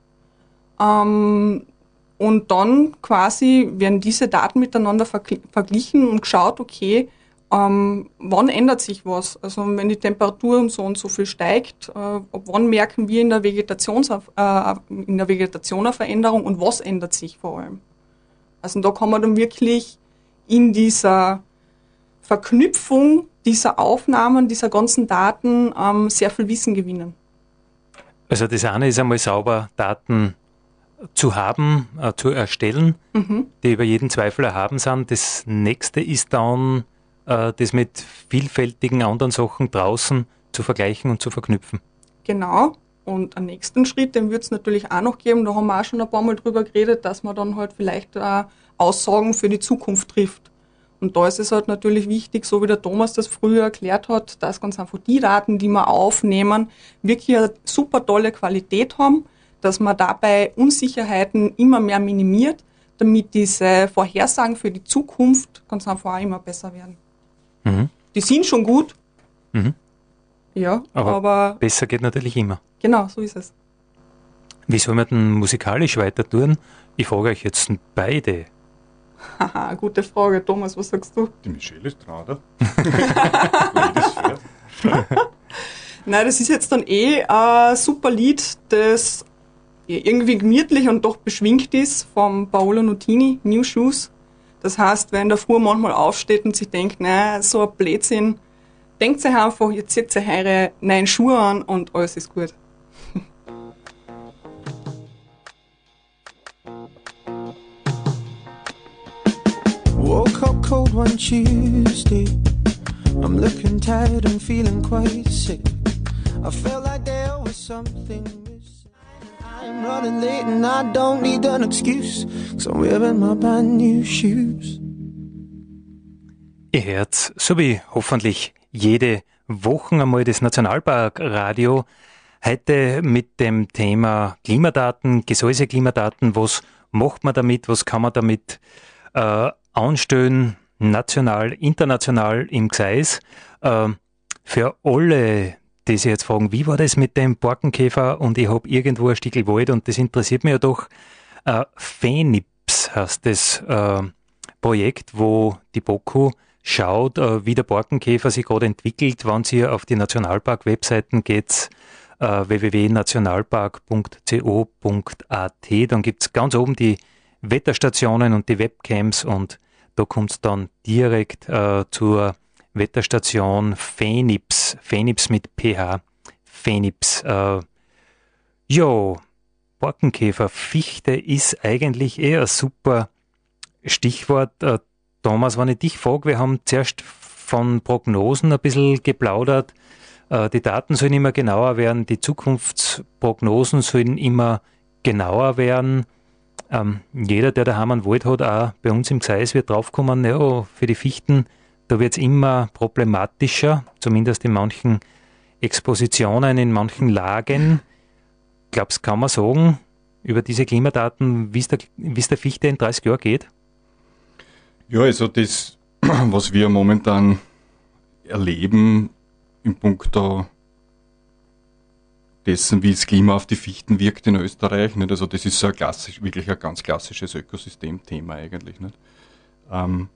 S4: Ähm, und dann quasi werden diese Daten miteinander vergl- verglichen und geschaut, okay, ähm, wann ändert sich was? Also wenn die Temperatur um so und so viel steigt, äh, ab wann merken wir in der, Vegetations- äh, in der Vegetation eine Veränderung und was ändert sich vor allem? Also da kann man dann wirklich in dieser Verknüpfung dieser Aufnahmen, dieser ganzen Daten ähm, sehr viel Wissen gewinnen.
S1: Also das eine ist einmal sauber Daten zu haben, äh, zu erstellen, mhm. die über jeden Zweifel erhaben sind. Das nächste ist dann, äh, das mit vielfältigen anderen Sachen draußen zu vergleichen und zu verknüpfen.
S4: Genau. Und einen nächsten Schritt, den wird es natürlich auch noch geben, da haben wir auch schon ein paar Mal drüber geredet, dass man dann halt vielleicht äh, Aussagen für die Zukunft trifft. Und da ist es halt natürlich wichtig, so wie der Thomas das früher erklärt hat, dass ganz einfach die Daten, die wir aufnehmen, wirklich eine super tolle Qualität haben, dass man dabei Unsicherheiten immer mehr minimiert, damit diese Vorhersagen für die Zukunft ganz einfach auch immer besser werden. Mhm. Die sind schon gut, mhm. ja, aber, aber
S1: besser geht natürlich immer.
S4: Genau, so ist es.
S1: Wie soll man denn musikalisch weiter tun? Ich frage euch jetzt beide.
S4: Haha, gute Frage. Thomas, was sagst du?
S3: Die Michelle ist dran, oder?
S4: Nein, das ist jetzt dann eh ein super Lied, das irgendwie gemütlich und doch beschwingt ist, vom Paolo Nutini, New Shoes. Das heißt, wenn der Früh manchmal aufsteht und sich denkt, na, so ein Blödsinn, denkt sich einfach, jetzt zieht sich eure neuen Schuhe an und alles ist gut.
S5: Woke up cold one Tuesday. I'm looking tired and feeling quite sick. I felt like there was something missing. I'm running late and I don't need an excuse, 'cause I'm wearing my brand new shoes.
S1: Ihr hört, so wie hoffentlich jede Woche einmal das Nationalparkradio, heute mit dem Thema Klimadaten, Gesäuse Klimadaten. Was macht man damit, was kann man damit äh, anstellen, national, international im Gseis. Äh, für alle, die sich jetzt fragen, wie war das mit dem Borkenkäfer und ich habe irgendwo ein Stückel Wald und das interessiert mich ja doch. Äh, Phoenix heißt das äh, Projekt, wo die BOKU schaut, äh, wie der Borkenkäfer sich gerade entwickelt. Wenn Sie auf die Nationalpark-Webseiten geht, äh, w w w punkt nationalpark punkt co punkt a t, dann gibt es ganz oben die Wetterstationen und die Webcams und da kommt es dann direkt äh, zur Wetterstation Phenips, Phenips mit P H, Phenips. Äh, jo, Borkenkäfer, Fichte ist eigentlich eher ein super Stichwort. Äh, Thomas, wenn ich dich frage, wir haben zuerst von Prognosen ein bisschen geplaudert. Äh, die Daten sollen immer genauer werden, die Zukunftsprognosen sollen immer genauer werden. Ähm, jeder, der daheim einen Wald hat, auch bei uns im Gseis, wird draufkommen, ja, für die Fichten, da wird es immer problematischer, zumindest in manchen Expositionen, in manchen Lagen. Glaubst du, kann man sagen, über diese Klimadaten, wie es der, wie es der Fichte in dreißig Jahren geht?
S3: Ja, also das, was wir momentan erleben, im Punkt dessen, wie das Klima auf die Fichten wirkt in Österreich, nicht? Also das ist so ein klassisch, wirklich ein ganz klassisches Ökosystemthema eigentlich. Nicht? Ähm,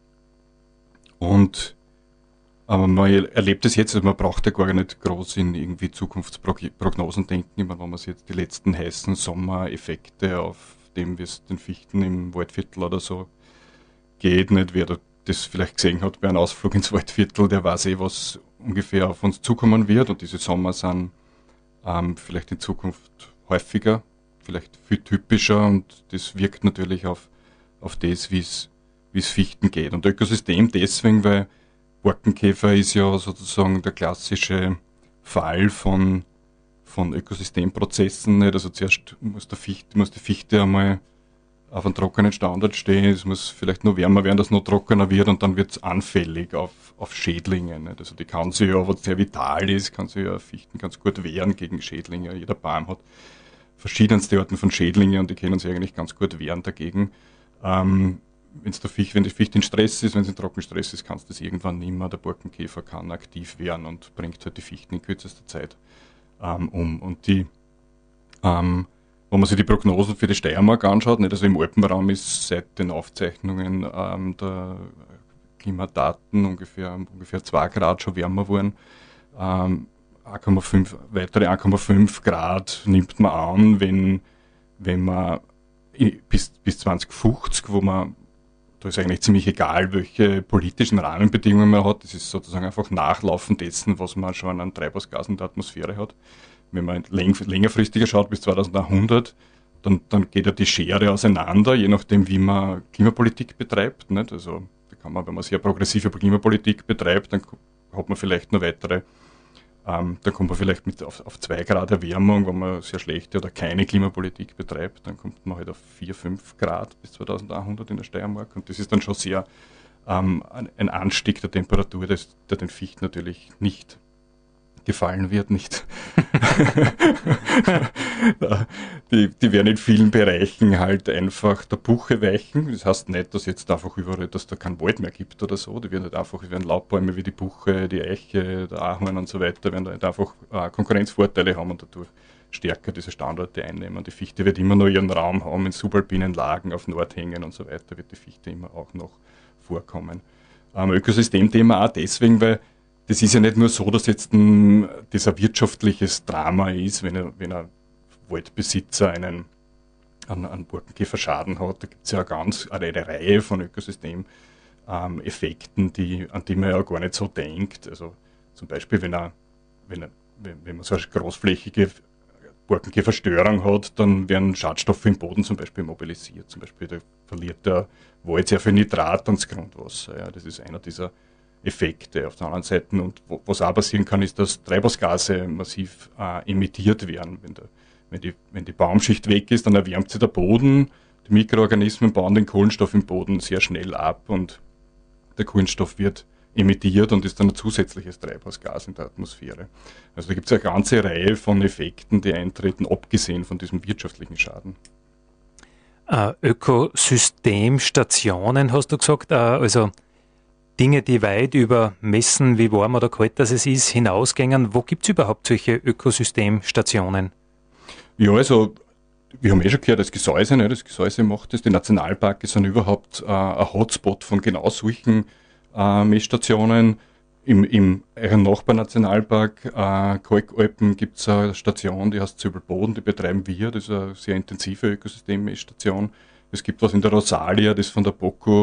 S3: und aber man erlebt es jetzt, also man braucht ja gar nicht groß in irgendwie Zukunftsprognosen denken, ich meine, wenn man sich jetzt die letzten heißen Sommereffekte auf dem, wie es den Fichten im Waldviertel oder so geht, nicht, wer das vielleicht gesehen hat bei einem Ausflug ins Waldviertel, der weiß eh, was ungefähr auf uns zukommen wird, und diese Sommer sind ähm, vielleicht in Zukunft häufiger, vielleicht viel typischer, und das wirkt natürlich auf, auf das, wie es wie es Fichten geht. Und Ökosystem deswegen, weil Borkenkäfer ist ja sozusagen der klassische Fall von, von Ökosystemprozessen. Nicht? Also zuerst muss, der Fichte, muss die Fichte einmal auf einem trockenen Standort stehen, es muss vielleicht noch wärmer werden, dass es noch trockener wird, und dann wird es anfällig auf, auf Schädlinge. Nicht? Also die kann sich ja, was sehr vital ist, kann sich ja Fichten ganz gut wehren gegen Schädlinge. Jeder Baum hat verschiedenste Arten von Schädlinge, und die können sich eigentlich ganz gut wehren dagegen. Ähm, wenn's der Fichte, wenn die Fichte in Stress ist, wenn sie in Trockenstress ist, kannst du das irgendwann nicht mehr. Der Borkenkäfer kann aktiv werden und bringt halt die Fichten in kürzester Zeit ähm, um. Und die ähm, wenn man sich die Prognosen für die Steiermark anschaut, nicht? Also im Alpenraum ist seit den Aufzeichnungen ähm, der Klimadaten ungefähr, ungefähr zwei Grad schon wärmer geworden. Ähm, eins Komma fünf, weitere eins Komma fünf Grad nimmt man an, wenn, wenn man bis, bis zwanzig fünfzig, wo man, da ist eigentlich ziemlich egal, welche politischen Rahmenbedingungen man hat, das ist sozusagen einfach Nachlaufen dessen, was man schon an Treibhausgasen in der Atmosphäre hat. Wenn man läng- längerfristiger schaut, bis zweitausendeinhundert, dann, dann geht ja die Schere auseinander, je nachdem, wie man Klimapolitik betreibt. Nicht? Also da kann man, wenn man sehr progressive Klimapolitik betreibt, dann hat man vielleicht noch weitere, ähm, dann kommt man vielleicht mit auf, auf zwei Grad Erwärmung. Wenn man sehr schlechte oder keine Klimapolitik betreibt, dann kommt man halt auf vier, fünf Grad bis zweitausendeinhundert in der Steiermark. Und das ist dann schon sehr ähm, ein, ein Anstieg der Temperatur, das, der den Fichten natürlich nicht gefallen wird, nicht. die, die werden in vielen Bereichen halt einfach der Buche weichen. Das heißt nicht, dass jetzt einfach überall, dass da kein Wald mehr gibt oder so. Die werden halt einfach, die werden Laubbäume wie die Buche, die Eiche, der Ahorn und so weiter, werden halt einfach äh, Konkurrenzvorteile haben und dadurch stärker diese Standorte einnehmen. Die Fichte wird immer noch ihren Raum haben in subalpinen Lagen, auf Nordhängen und so weiter, wird die Fichte immer auch noch vorkommen. Ähm, Ökosystemthema auch deswegen, weil das ist ja nicht nur so, dass jetzt ein, das ein wirtschaftliches Drama ist, wenn, er, wenn ein Waldbesitzer einen, einen, einen Borkenkäferschaden hat. Da gibt es ja eine ganz eine, eine Reihe von Ökosystemeffekten, ähm, die, an die man ja gar nicht so denkt. Also zum Beispiel, wenn, er, wenn, er, wenn, wenn man so eine großflächige Borkenkäferstörung hat, dann werden Schadstoffe im Boden zum Beispiel mobilisiert. Zum Beispiel da verliert der Wald sehr viel Nitrat ans Grundwasser. Ja, das ist einer dieser Effekte auf der anderen Seite. Und wo, was auch passieren kann, ist, dass Treibhausgase massiv äh, emittiert werden. Wenn, der, wenn, die, wenn die Baumschicht weg ist, dann erwärmt sich der Boden. Die Mikroorganismen bauen den Kohlenstoff im Boden sehr schnell ab, und der Kohlenstoff wird emittiert und ist dann ein zusätzliches Treibhausgas in der Atmosphäre. Also da gibt es eine ganze Reihe von Effekten, die eintreten, abgesehen von diesem wirtschaftlichen Schaden.
S1: Äh, Ökosystemstationen, hast du gesagt, äh, also Dinge, die weit über messen, wie warm oder kalt das es ist, hinausgängen. Wo gibt es überhaupt solche Ökosystemstationen?
S3: Ja, also wir haben eh schon gehört, das Gesäuse, ne? Das Gesäuse macht das. Die Nationalparke sind überhaupt äh, ein Hotspot von genau solchen äh, Messstationen. Im, im euren Nachbarnationalpark äh, Kalkalpen gibt es eine Station, die heißt Zöbelboden, die betreiben wir. Das ist eine sehr intensive Ökosystemmessstation. Es gibt was in der Rosalia, das von der BOKU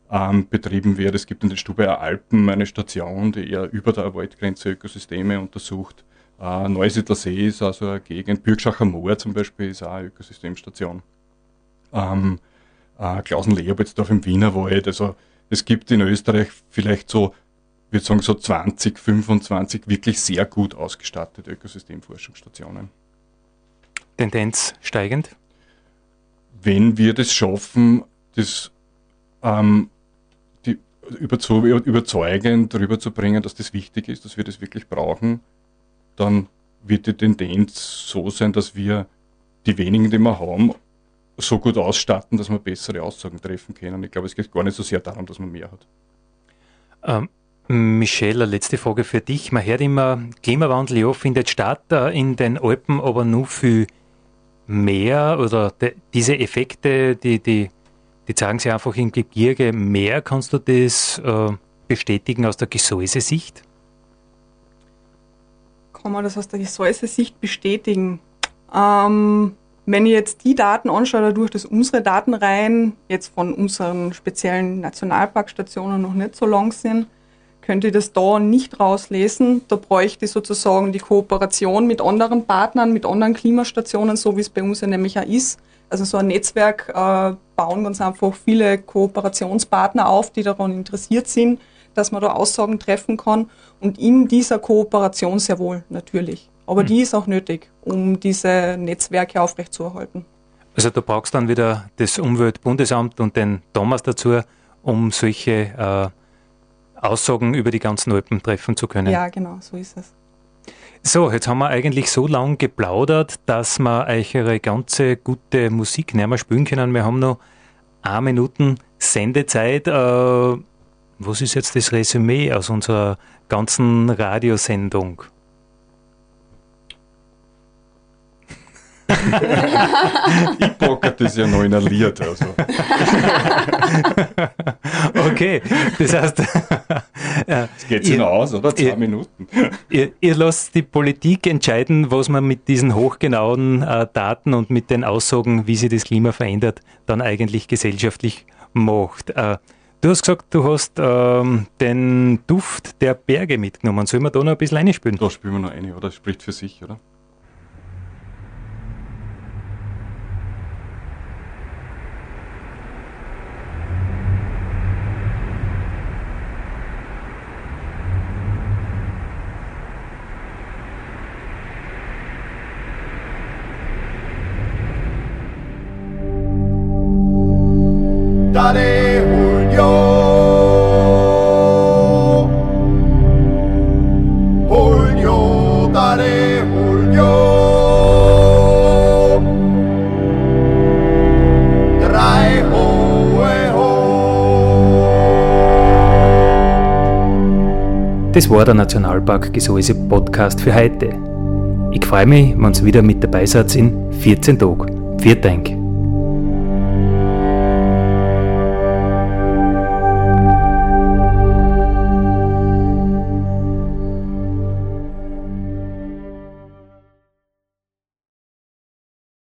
S3: ähm, betrieben wird. Es gibt in den Stubaier Alpen eine Station, die eher über der Waldgrenze Ökosysteme untersucht. Äh, Neusiedler See ist also eine Gegend, Bürgschacher Moor zum Beispiel ist auch eine Ökosystemstation. Ähm, äh, Klausen-Leopoldorf im Wienerwald. Also es gibt in Österreich vielleicht so, ich würde sagen so zwanzig, fünfundzwanzig wirklich sehr gut ausgestattete Ökosystemforschungsstationen.
S1: Tendenz steigend?
S3: Wenn wir das schaffen, das ähm, die, überzu, überzeugend darüber zu bringen, dass das wichtig ist, dass wir das wirklich brauchen, dann wird die Tendenz so sein, dass wir die wenigen, die wir haben, so gut ausstatten, dass wir bessere Aussagen treffen können. Ich glaube, es geht gar nicht so sehr darum, dass man mehr hat.
S1: Ähm, Michelle, eine letzte Frage für dich. Man hört immer, Klimawandel ja, findet statt äh, in den Alpen, aber nur viel mehr oder de, diese Effekte, die, die, die zeigen sich einfach im Gebirge mehr. Kannst du das äh, bestätigen aus der Gesäuse-Sicht?
S4: Kann man das aus der Gesäuse-Sicht bestätigen? Ähm, wenn ich jetzt die Daten anschaue, dadurch, dass unsere Datenreihen jetzt von unseren speziellen Nationalparkstationen noch nicht so lang sind, könnte ich das da nicht rauslesen. Da bräuchte ich sozusagen die Kooperation mit anderen Partnern, mit anderen Klimastationen, so wie es bei uns ja nämlich auch ist. Also so ein Netzwerk äh, bauen ganz einfach viele Kooperationspartner auf, die daran interessiert sind, dass man da Aussagen treffen kann. Und in dieser Kooperation sehr wohl, natürlich. Aber mhm. die ist auch nötig, um diese Netzwerke aufrechtzuerhalten.
S1: Also du brauchst dann wieder das Umweltbundesamt und den Thomas dazu, um solche äh, Aussagen über die ganzen Alpen treffen zu können.
S4: Ja, genau, so ist es.
S1: So, jetzt haben wir eigentlich so lange geplaudert, dass wir euch eure ganze gute Musik nicht mehr spielen können. Wir haben noch eine Minute Sendezeit. Äh, was ist jetzt das Resümee aus unserer ganzen Radiosendung?
S3: Ich packe das ja noch in ein Lied. Also.
S1: Okay, das heißt...
S3: Es geht sich noch aus, oder? Zwei
S1: ihr,
S3: Minuten.
S1: Ihr, ihr lasst die Politik entscheiden, was man mit diesen hochgenauen äh, Daten und mit den Aussagen, wie sich das Klima verändert, dann eigentlich gesellschaftlich macht. Äh, du hast gesagt, du hast ähm, den Duft der Berge mitgenommen. Sollen wir da noch ein bisschen reinspielen?
S3: Da spielen wir noch eine, oder? Das spricht für sich, oder?
S2: Dale Julio, Julio, dale Julio, drei hohe ho.
S1: Das war der Nationalpark Gesäuse Podcast für heute. Ich freue mich, wenn ihr wieder mit dabei seid in vierzehn Tagen. Vielen Dank.